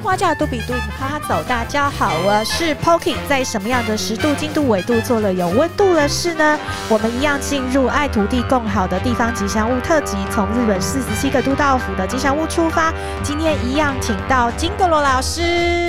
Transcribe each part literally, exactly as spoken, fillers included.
花架度比度哈哈走，大家好，我是 Poki。在什么样的时度、经度、纬度做了有温度的事呢？我们一样进入爱土地共好的地方吉祥物特辑，从日本四十七个都道府的吉祥物出发。今天一样请到金阁罗老师，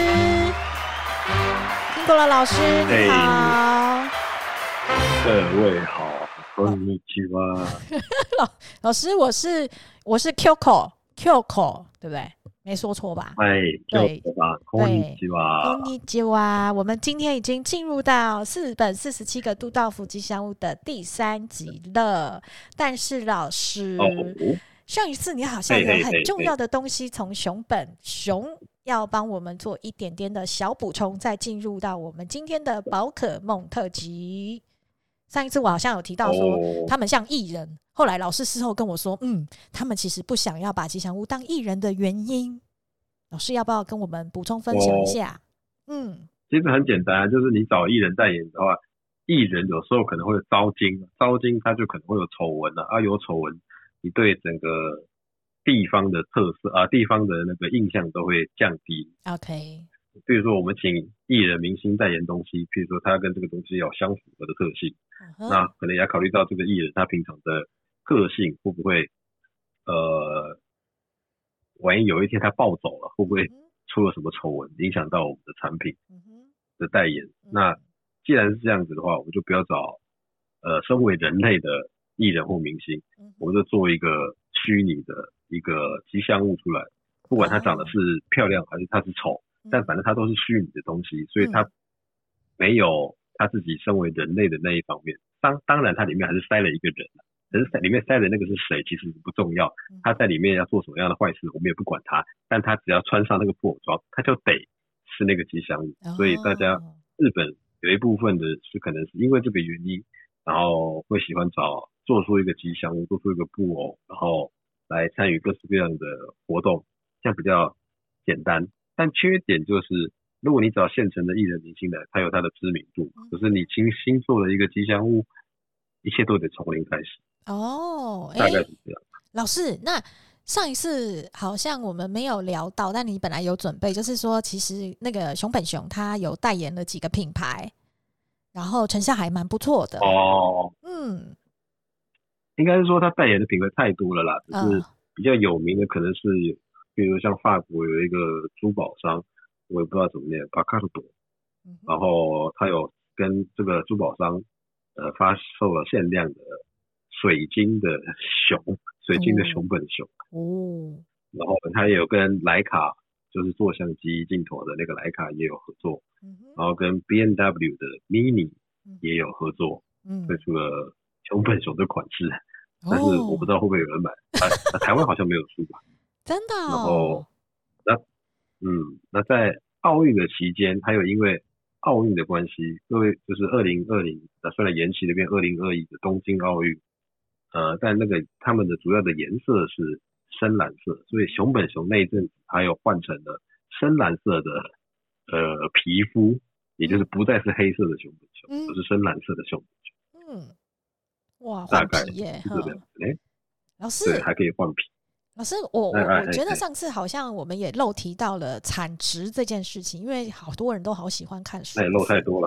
金阁罗老师你好， 各位好，こんにちは。 老老师，我是我是 Kyoko Kyoko， 对不对？没说错吧？ 哎，对吧？こんにちは。 こんにちは。我们今天已经进入到日本四十七个都道府吉祥物的第三集了。但是老师，哦、上一次你好像有很重要的东西从熊本熊要帮我们做一点点的小补充，再进入到我们今天的宝可梦特辑。上一次我好像有提到说、哦、他们像艺人，后来老师事后跟我说，嗯，他们其实不想要把吉祥物当艺人的原因，老师要不要跟我们补充分享一下？哦、嗯， 其实很简单，就是你找艺人代言的话，艺人有时候可能会招金，招金他就可能会有丑闻了啊，有丑闻，你对整个地方的特色啊，地方的那个印象都会降低。 OK。 比如说我们请艺人明星代言东西，比如说他跟这个东西有相符合的特性，uh-huh. 那可能也要考虑到这个艺人他平常的个性会不会呃，万一有一天他暴走了，会不会出了什么丑闻影响到我们的产品的代言、uh-huh. 那既然是这样子的话，我们就不要找呃身为人类的艺人或明星， uh-huh. 我们就做一个虚拟的一个吉祥物出来，不管他长得是漂亮还是他是丑，但反正它都是虚拟的东西，所以它没有它自己身为人类的那一方面。当当然，它里面还是塞了一个人，可是里面塞的那个是谁其实不重要。他在里面要做什么样的坏事，我们也不管他，但他只要穿上那个布偶装，他就得是那个吉祥物。所以大家日本有一部分的是可能是因为这个原因，然后会喜欢找做出一个吉祥物，做出一个布偶，然后来参与各式各样的活动，这样比较简单。但缺点就是，如果你找现成的艺人明星来，他有他的知名度，可是你新新做了一个吉祥物，一切都得从零开始。 哦， 大概是这样。 老师，那上一次好像我们没有聊到，但你本来有准备，就是说其实那个熊本熊他有代言了几个品牌，然后成效还蛮不错的。 哦， 嗯， 应该是说他代言的品牌太多了啦，只是比较有名的可能是。比如像法国有一个珠宝商，我也不知道怎么念，巴卡多，然后他有跟这个珠宝商呃发售了限量的水晶的熊，水晶的熊本熊。哦。然后他也有跟徕卡，就是做相机镜头的那个徕卡也有合作，嗯、然后跟 B M W 的 Mini 也有合作，嗯、推出了熊本熊的款式，嗯、但是我不知道会不会有人买，啊、台湾好像没有出吧。 真的、哦， 然后，那，嗯，那在奥运的期间，还有因为奥运的关系，各位就是二零二零，虽然延期了变二零二一的东京奥运，呃，但那个他们的主要的颜色是深蓝色，所以熊本熊那一阵子还有换成了深蓝色的呃皮肤，也就是不再是黑色的熊本熊，而、嗯、是深蓝色的熊本熊。嗯， 哇， 大概是这样子。哎， 老师， 对，还可以换皮。 老师，我我我觉得上次好像我们也漏提到了产值这件事情，因为好多人都好喜欢看书。 那也漏太多了。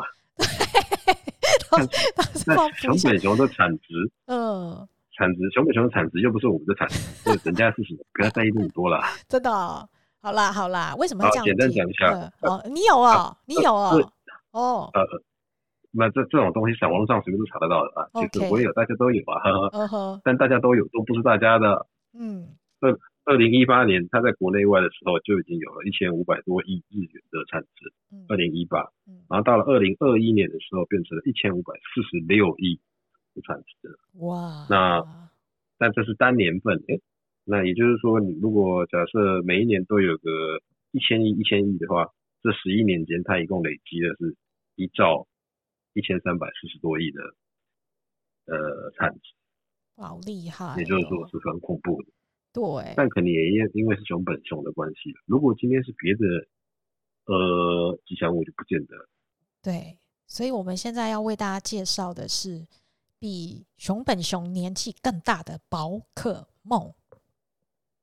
那熊本熊的产值，嗯，产值熊本熊的产值又不是我们的产值，所以人家的事情不要在意那么多啦。 真的、哦，好啦好啦，为什么要这样？ 简单讲一下。 呃、哦，你有哦，啊、你有哦。哦。 呃，那这这种东西在网络上随便都查得到的啊。其实我也有，大家都有啊。呵呵。但大家都有，都不是大家的。嗯。二二零一八年，它在国内外的时候就已经有了一千五百多亿日元的产值。二零一八，然后到了二零二一年的时候，变成了一千五百四十六亿的产值。哇！那但这是单年份，哎，那也就是说，你如果假设每一年都有个一千亿、一千亿的话，这十一年间，它一共累积的是一兆一千三百四十多亿的呃产值。 哇，好厉害、哦！ 也就是说是很恐怖的。 对， 但可能也因为是熊本熊的关系，如果今天是别的呃吉祥物就不见得。 对，所以我们现在要为大家介绍的是比熊本熊年纪更大的宝可梦。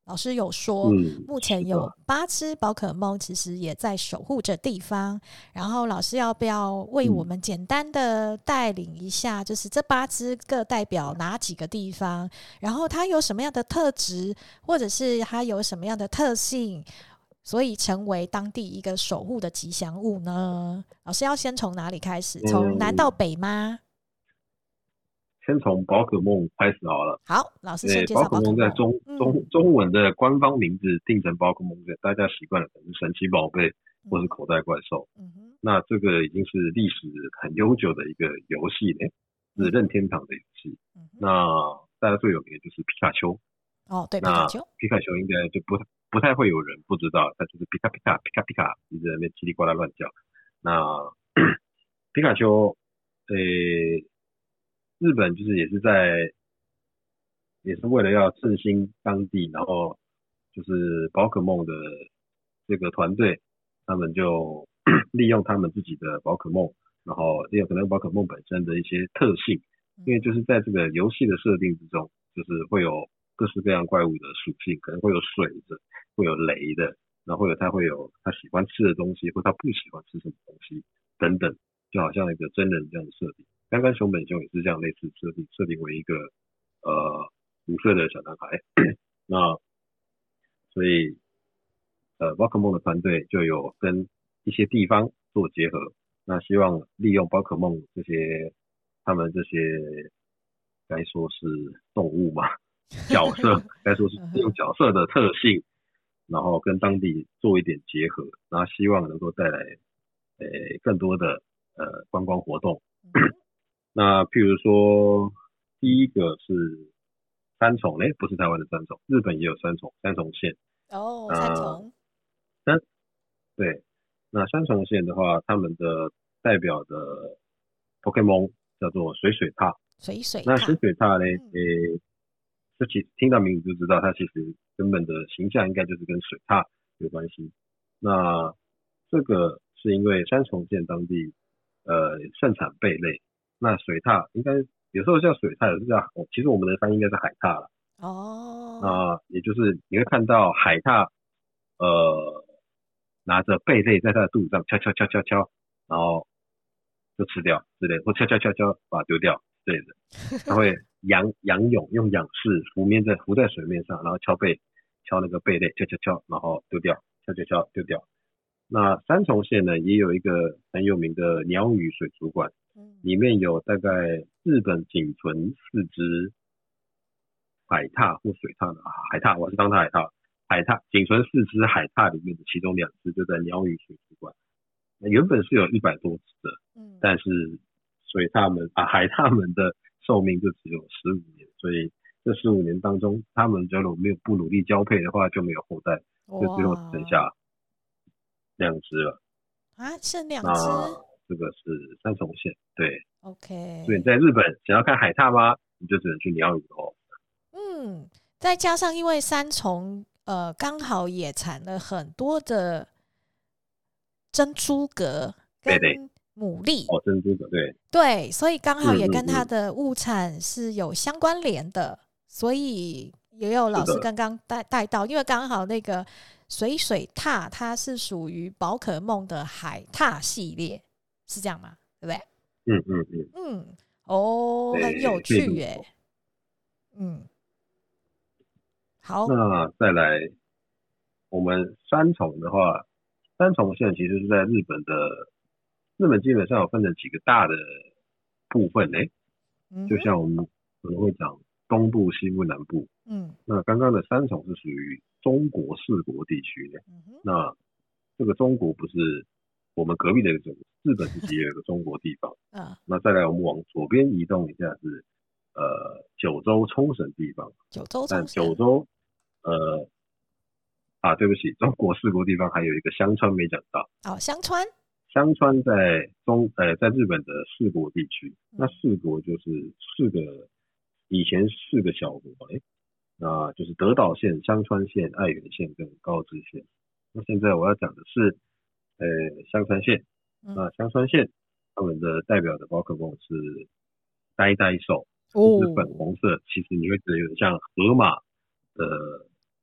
老师有说， 嗯， 目前有八只宝可梦其实也在守护着地方。然后老师要不要为我们简单的带领一下，嗯、就是这八只各代表哪几个地方，然后它有什么样的特质，或者是它有什么样的特性，所以成为当地一个守护的吉祥物呢？老师要先从哪里开始？从南到北吗？ 先从宝可梦开始好了。 好，老师先介绍宝可梦。在中中、嗯、中文的官方名字定成宝可梦，大家习惯了可能是神奇宝贝或是口袋怪兽。嗯、那这个已经是历史很悠久的一个游戏呢，是任天堂的游戏。嗯、那大家最有名的就是皮卡丘。 哦，对，皮卡丘。 皮卡丘应该就不不太会有人不知道，它就是皮卡皮卡皮卡皮卡，一直在那边叽里呱啦乱叫。那皮卡丘，呃、欸。日本就是也是在，也是为了要振兴当地，然后就是宝可梦的这个团队，他们就利用他们自己的宝可梦，然后利用可能宝可梦本身的一些特性，因为就是在这个游戏的设定之中，就是会有各式各样怪物的属性，可能会有水的，会有雷的，然后会有他会有他喜欢吃的东西，或他不喜欢吃什么东西等等，就好像一个真人这样的设定。刚刚熊本熊也是这样类似设定，设定为一个呃五岁的小男孩。那所以呃宝可梦的团队就有跟一些地方做结合，那希望利用宝可梦这些他们这些该说是动物嘛角色，该说是利用角色的特性，然后跟当地做一点结合，然后希望能够带来呃更多的呃观光活动。那譬如说，第一个是三重，哎，不是台湾的三重，日本也有三重，三重县。 哦，三重。 三，对，那三重县的话，他们的代表的 Pokemon 叫做水水獭。 水水獭。 那水水獭呢，诶、嗯，这其听到名字就知道，它其实根本的形象应该就是跟水獭有关系。那这个是因为三重县当地呃盛产贝类。那水獭应该有时候叫水獭，有时候叫，其实我们的翻译应该是海獭了。 哦。 那也就是你会看到海獭，呃，拿着贝类在它的肚子上敲敲敲敲敲，然后就吃掉之类的，或敲敲敲敲把它丢掉之类的。它会仰仰泳，用仰式浮面在浮在水面上，然后敲贝敲那个贝类，敲敲敲，然后丢掉，敲敲敲丢掉。那三重县呢，也有一个很有名的鸟语水族馆。里面有大概日本仅存四只海獭或水獭的海獭，我是当它海獭，海獭仅存四只海獭里面的其中两只就在鸟语水族馆。那原本是有一百多只的，嗯，但是水獭们啊海獭们的寿命就只有十五年，所以这十五年当中，他们如果没有不努力交配的话，就没有后代，就最后只剩下两只了。 啊，剩两只。 这个是三重县，对 ，OK。 所以你在日本想要看海獭吗？你就只能去鸟语哦。 嗯，再加上因为三重呃刚好也产了很多的珍珠蛤跟牡蛎。 哦，珍珠蛤，对。 对，所以刚好也跟它的物产是有相关联的，嗯嗯嗯所以也有老师刚刚带带到，因为刚好那个水水獭它是属于宝可梦的海獭系列。是这样吗？对不对？ 嗯嗯嗯嗯，哦，很有趣耶。嗯，好。 那再来，我们三重的话，三重县其实是在日本的，日本基本上有分成几个大的部分呢、嗯。就像我们可能会讲东部、西部、南部。嗯。那刚刚的三重是属于中国四国地区的、嗯。那这个中国不是我们隔壁的一个中国，日本自己也有一个中国地方。嗯，那再来我们往左边移动一下是呃九州冲绳地方。 九州冲绳。 但九州呃啊对不起，中国四国地方还有一个香川没讲到。 哦，香川。 香川在中呃在日本的四国地区、嗯，那四国就是四个以前四个小国哎，那就是德岛县、香川县、爱媛县跟高知县。那现在我要讲的是。呃，香川县，那香川县他们的代表的宝可梦是呆呆兽，就是粉红色，其实你会觉得有点像河马的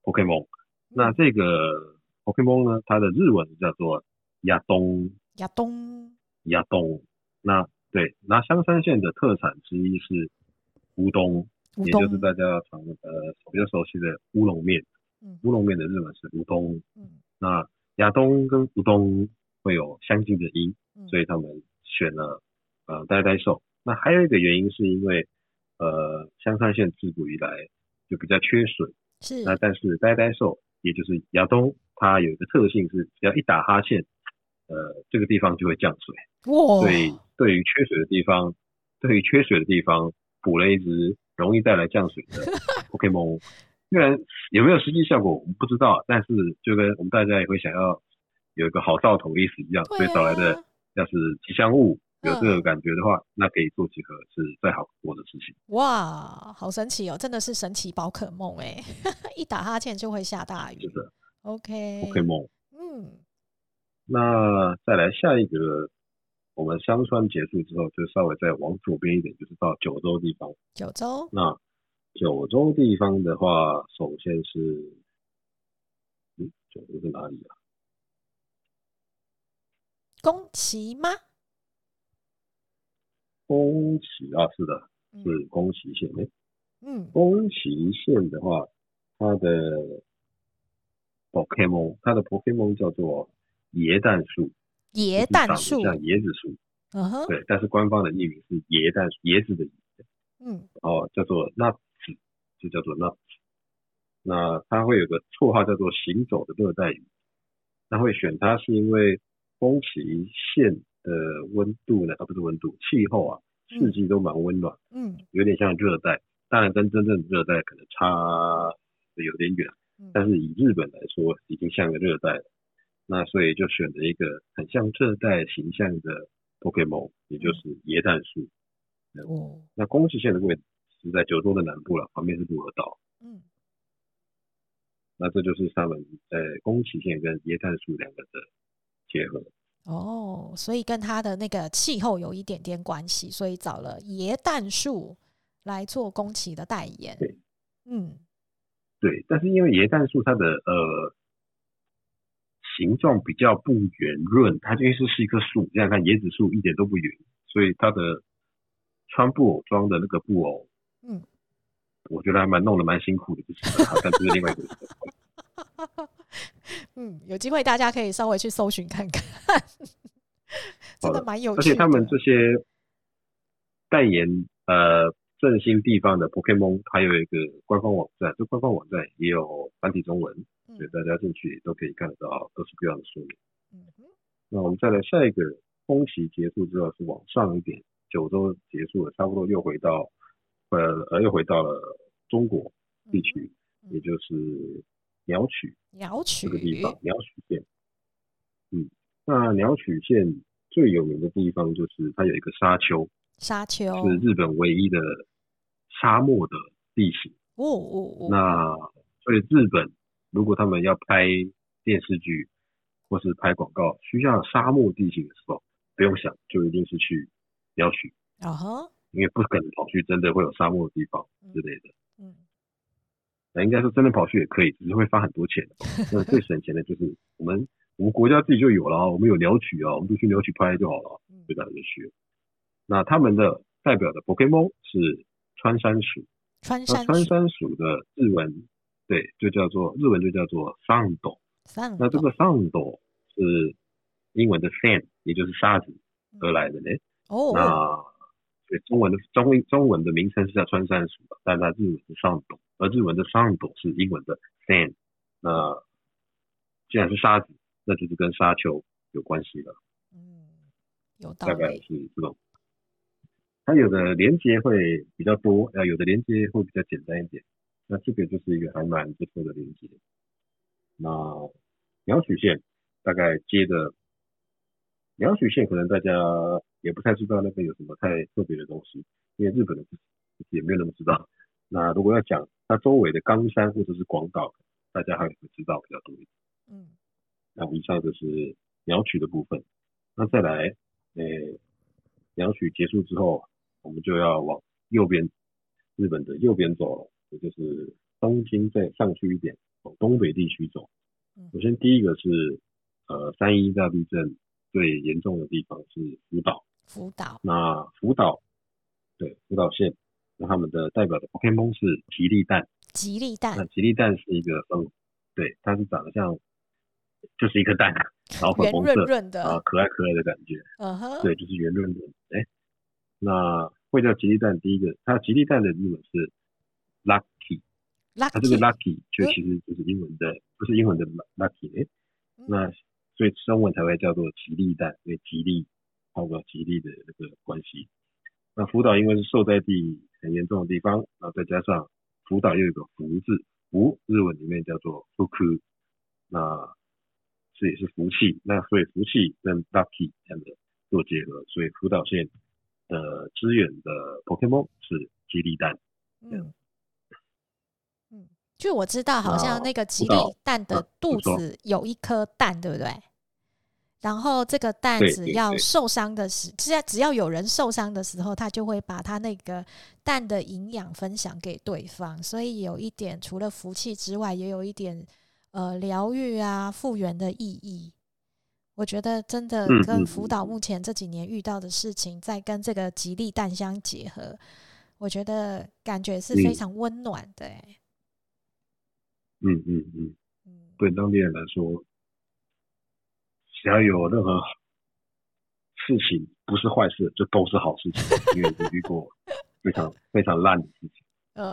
Pokemon。那这个 Pokemon 呢，它的日文叫做亚东。 亚东。 亚东。那对，那香山县的特产之一是乌冬，也就是大家常呃比较熟悉的乌龙面。嗯、乌龙面的日文是乌冬。嗯、那亚东跟乌冬会有相近的音，嗯、所以他们选了呃呆呆兽。那还有一个原因是因为呃香山县自古以来就比较缺水， 是。 那但是呆呆兽也就是亚东，它有一个特性是只要一打哈欠，呃这个地方就会降水。 哇！ 所以对于缺水的地方，对于缺水的地方补了一只容易带来降水的 Pokemon。虽然有没有实际效果我们不知道，但是就跟我们大家也会想要有一个好兆头意思一样， 啊、 所以找来的要是吉祥物有这个感觉的话，嗯、那可以做几何是再好不过的事情。 哇，好神奇哦，真的是神奇宝可梦哎！一打哈欠就会下大雨。 是的 ，OK。 Pokemon。 嗯。 那再来下一个。我们香川结束之后，就稍微再往左边一点，就是到九州地方。 九州。 那九州地方的话，首先是，嗯，九州是哪里啊？ 宫崎吗？ 宫崎啊，是的，是宫崎县。 嗯。 宫崎县的话，它的 Pokemon， 它的 Pokemon 叫做椰蛋树。 椰蛋树像椰子树， 嗯哼， 对，但是官方的译名是椰蛋，椰子的椰， 嗯， 哦，叫做 nuts， 就叫做 nuts。那它会有个绰号叫做行走的热带鱼。那会选它是因为宫崎县的温度呢，啊不是温度，气候啊，四季都蛮温暖，嗯，有点像热带，当然跟真正的热带可能差的有点远，但是以日本来说，已经像个热带了。那所以就选了一个很像热带形象的 Pokemon， 也就是椰蛋树。嗯、哦，那宫崎县的位置是在九州的南部了，旁边是鹿儿岛。嗯，那这就是他们在宫崎县跟椰蛋树两个的结合。 哦，所以跟它的那个气候有一点点关系，所以找了椰蛋树来做宫崎的代言。 对， 嗯， 对，但是因为椰蛋树它的呃。形状比较不圆润，它就因为是是一棵树，这样看椰子树一点都不圆，所以它的穿布偶装的那个布偶，嗯，我觉得还蛮弄得蛮辛苦的，就是好像这是另外一个事。 嗯，有机会大家可以稍微去搜寻看看，真的蛮有趣的。 而且他们这些代言呃振兴地方的 Pokemon， 还有一个官方网站，这官方网站也有繁体中文。所以大家进去都可以看得到各式各样的说明。嗯、那我们再来下一个，宫崎结束之后是往上一点，九州结束了，差不多又回到呃呃又回到了中国地区，嗯、也就是鸟取。 鸟取这个地方，鸟取县。嗯，那鸟取县最有名的地方就是它有一个沙丘， 沙丘是日本唯一的沙漠的地形。 哦哦哦。 那所以日本。如果他们要拍电视剧或是拍广告需要沙漠地形的时候，不用想，就一定是去鸟取。啊哈，因为不可能跑去真的会有沙漠的地方之类的。嗯，那应该说真的跑去也可以，只是会花很多钱。那最省钱的就是我们我们国家自己就有了，我们有鸟取啊，我们就去鸟取拍就好了，所以大家就去。那他们的代表的 Pokemon 是穿山鼠。 穿山鼠。 穿山鼠的日文。对，就叫做日文就叫做上斗。那这个上斗是英文的 sand， 也就是沙子而来的呢。哦。那所以中文的中中文的名称是叫穿山鼠，但它日文是上斗，而日文的上斗是英文的 sand。那既然是沙子，那就是跟沙丘有关系了。 嗯，有道理。 大概是这种。它有的连接会比较多，呃，有的连接会比较简单一点。那这个就是一个还蛮不错的连接。那鸟取县大概接的，鸟取县可能大家也不太知道那边有什么太特别的东西，因为日本人也没有那么知道。那如果要讲它周围的冈山或者是广岛，大家还会知道比较多一点。嗯。那以上就是鸟取的部分。那再来，呃，鸟取结束之后，我们就要往右边，日本的右边走了。也就是东京再上去一点，往东北地区走。首先第一个是呃三一大地震最严重的地方是福岛。 福岛。那福岛对福岛县，那他们的代表的 Pokemon 是吉利蛋。 吉利蛋。 那吉利蛋是一个嗯，对，它是长得像就是一颗蛋，然后粉红色， 圆润润的， 啊，可爱可爱的感觉。嗯哼。对，就是圆润润。哎，那会叫吉利蛋，第一个它吉利蛋的日文是 lucky。它这个 lucky 就其实就是英文的，不是英文的 lucky， 哎，那所以中文才会叫做吉利蛋，因为吉利包括吉利的那个关系。那福岛因为是受灾地很严重的地方，然后再加上福岛又有个福字，福日文里面叫做福库，那这也是福气，那所以福气跟 lucky 这样的做结合，所以福岛县的支援的 Pokemon 是吉利蛋。嗯。 嗯，就我知道，好像那个吉利蛋的肚子有一颗蛋，对不对？然后这个蛋只要受伤的时，只要只要有人受伤的时候，他就会把他那个蛋的营养分享给对方，所以有一点除了福气之外，也有一点呃疗愈啊、复原的意义。我觉得真的跟福岛目前这几年遇到的事情，再跟这个吉利蛋相结合，我觉得感觉是非常温暖的、欸。 嗯嗯嗯，对当地人来说，只要有任何事情不是坏事，就都是好事情，因为遇过非常非常烂的事情。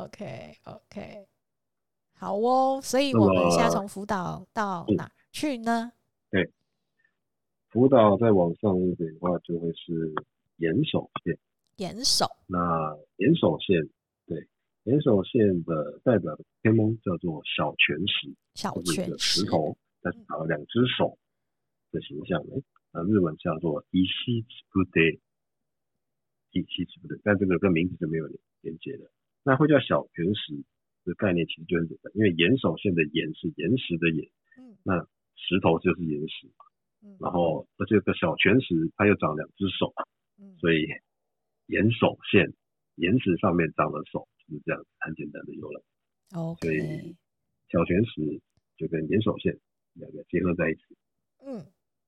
OK OK， 好哦，所以我们现在从福岛到哪去呢？ 对，福岛再往上一点的话，就会是岩手县。 岩手， 那岩手县，对。岩手县的代表的 Pokemon 叫做小泉石， 小泉石， 石头，但是长了两只手的形象。那日文叫做伊西子不得，伊西子不得，但这个跟名字就没有连接的。那会叫小泉石的概念其实就很简单，因为岩手县的岩是岩石的岩，嗯、那石头就是岩石，嗯、然后而且这个小泉石它又长两只手，嗯、所以岩手县岩石上面长了手。是这样很简单的由来， okay. 所以小泉石就跟岩手县两个结合在一起。嗯，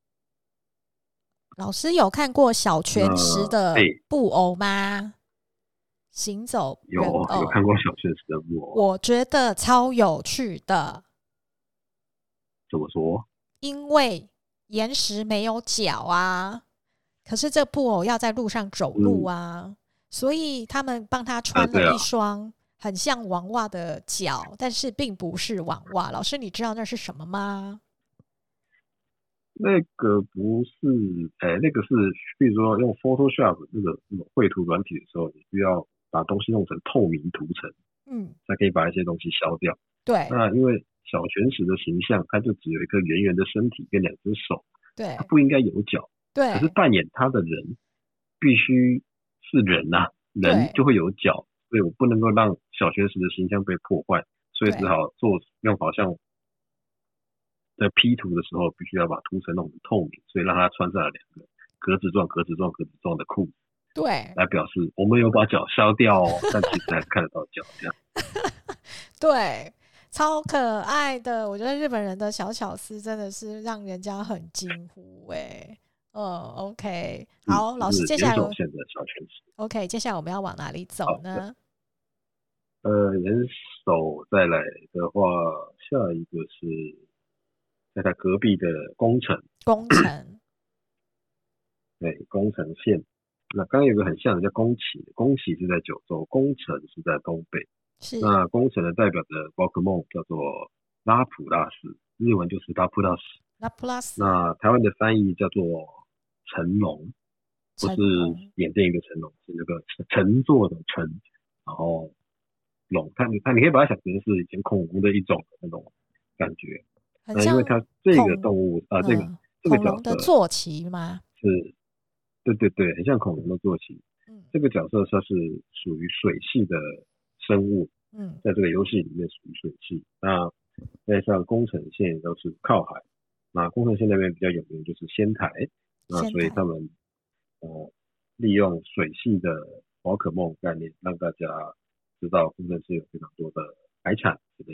老师有看过小泉石的布偶吗？行走有有看过小泉石的布偶， 我觉得超有趣的。 怎么说？ 因为岩石没有脚啊，可是这布偶要在路上走路啊。嗯，所以他们帮他穿了一双很像王袜的脚，但是并不是王袜。老师，你知道那是什么吗？ 那个不是，哎、欸，那个是，比如说用 Photoshop 那个那种绘图软体的时候，你需要把东西弄成透明图层，嗯，才可以把一些东西消掉。 对。 那因为小泉石的形象，它就只有一个圆圆的身体跟两只手， 对， 它不应该有脚。 对。 可是扮演它的人必须是人啊，人就会有脚，所以我不能够让小泉石的形象被破坏，所以只好做用好像在 P 图的时候必须要把图层弄成透明，所以让他穿上了两个格子状、格子状、格子状的裤子， 对， 来表示我们有把脚削掉哦，但其实还是看得到脚这样。 对，超可爱的，我觉得日本人的小巧思真的是让人家很惊呼哎、欸。嗯 ，OK， 好， 嗯、 老师，接下来岩手县的小泉石 ，OK， 接下来我们要往哪里走呢？ 呃，岩手再来的话，下一个是在它隔壁的宫城。 宫城， 对，宫城县。那刚刚有个很像的叫宫崎，宫崎是在九州，宫城是在东北。 是。 那宫城的代表的宝可梦叫做拉普拉斯，日文就是拉普拉斯。 拉普拉斯。 那台湾的翻译叫做成龙，不是缅甸一个成龙，是那个乘坐的乘，然后龙，它你它你可以把它想成是以前恐龙的一种那种感觉。 很像、 呃、因为它这个动物啊、呃，这个、嗯、这个角色恐龙的坐骑吗？ 是，对对对，很像恐龙的坐骑。嗯，这个角色它是属于水系的生物，嗯，在这个游戏里面属于水系。那再像宫城县都是靠海，那宫城县那边比较有名就是仙台，那所以他们呃利用水系的宝可梦概念，让大家知道宫城县有非常多的海产之类的。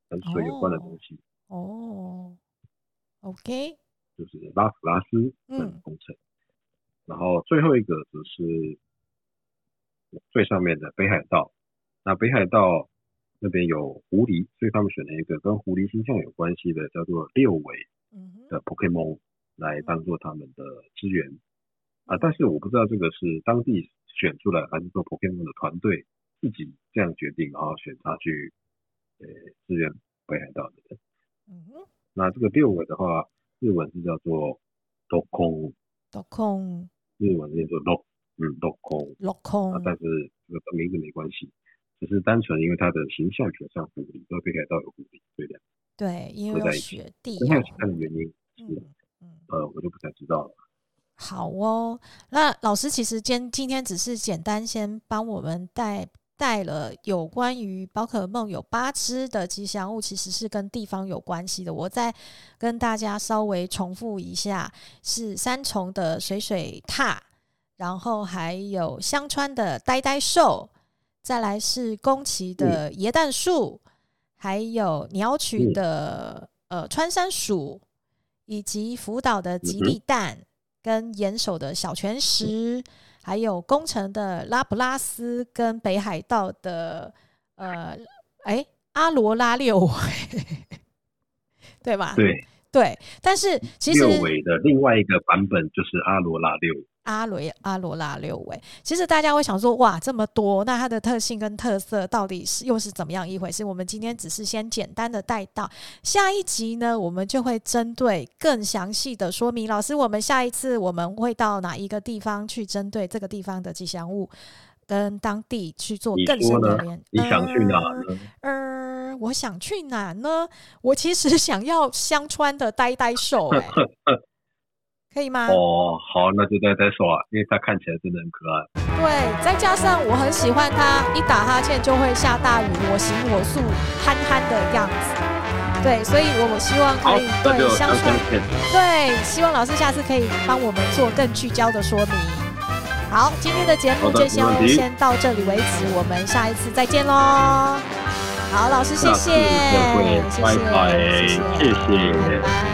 跟水有关的东西。 哦 ，OK， 就是拉普拉斯的工程。嗯、然后最后一个则是最上面的北海道。那北海道那边有狐狸，所以他们选了一个跟狐狸星象有关系的，叫做六尾的 Pokemon 来当做他们的支援。啊，但是我不知道这个是当地选出来，还是说 Pokemon 的团队自己这样决定，然后选他去呃支援北海道的人。嗯、那这个六尾的话，日文是叫做 Dokon， Dokon， 日文念作 Lok， 嗯 Dokon， Dokon，、 啊、但是这个名字没关系，只是单纯因为它的形象很像狐狸，所以北海道有狐狸，对的。 对，因为有雪地。 那有其他的原因是、嗯嗯，呃，我就不太知道了。 好哦，那老师其实今今天只是简单先帮我们带带了有关于宝可梦有八只的吉祥物，其实是跟地方有关系的。我再跟大家稍微重复一下，是三重的水水獭，然后还有香川的呆呆兽，再来是宫崎的椰蛋树、嗯，还有鸟取的、嗯、呃穿山鼠，以及福岛的吉利蛋。嗯，跟岩手的小泉石，还有宫城的拉普拉斯，跟北海道的呃，哎阿罗拉六尾，对吧？ 对对，但是其实六尾的另外一个版本就是阿罗拉六尾。 阿罗阿罗拉六尾，其实大家会想说，哇，这么多，那它的特性跟特色到底是又是怎么样一回事？我们今天只是先简单的带到，下一集呢，我们就会针对更详细的说明。老师，我们下一次我们会到哪一个地方去针对这个地方的吉祥物，跟当地去做更深的连？ 你想去哪呢？ 呃，我想去哪呢？我其实想要香川的呆呆兽、欸，可以吗？ 哦，好，那就呆呆兽啊，因为它看起来真的很可爱。 对，再加上我很喜欢它，一打哈欠就会下大雨，我行我素，憨憨的样子。对，所以我希望可以对香川，对，希望老师下次可以帮我们做更聚焦的说明。好，今天的节目就先先到这里为止，我们下一次再见喽。好，老师谢谢， 拜拜，谢谢，谢谢。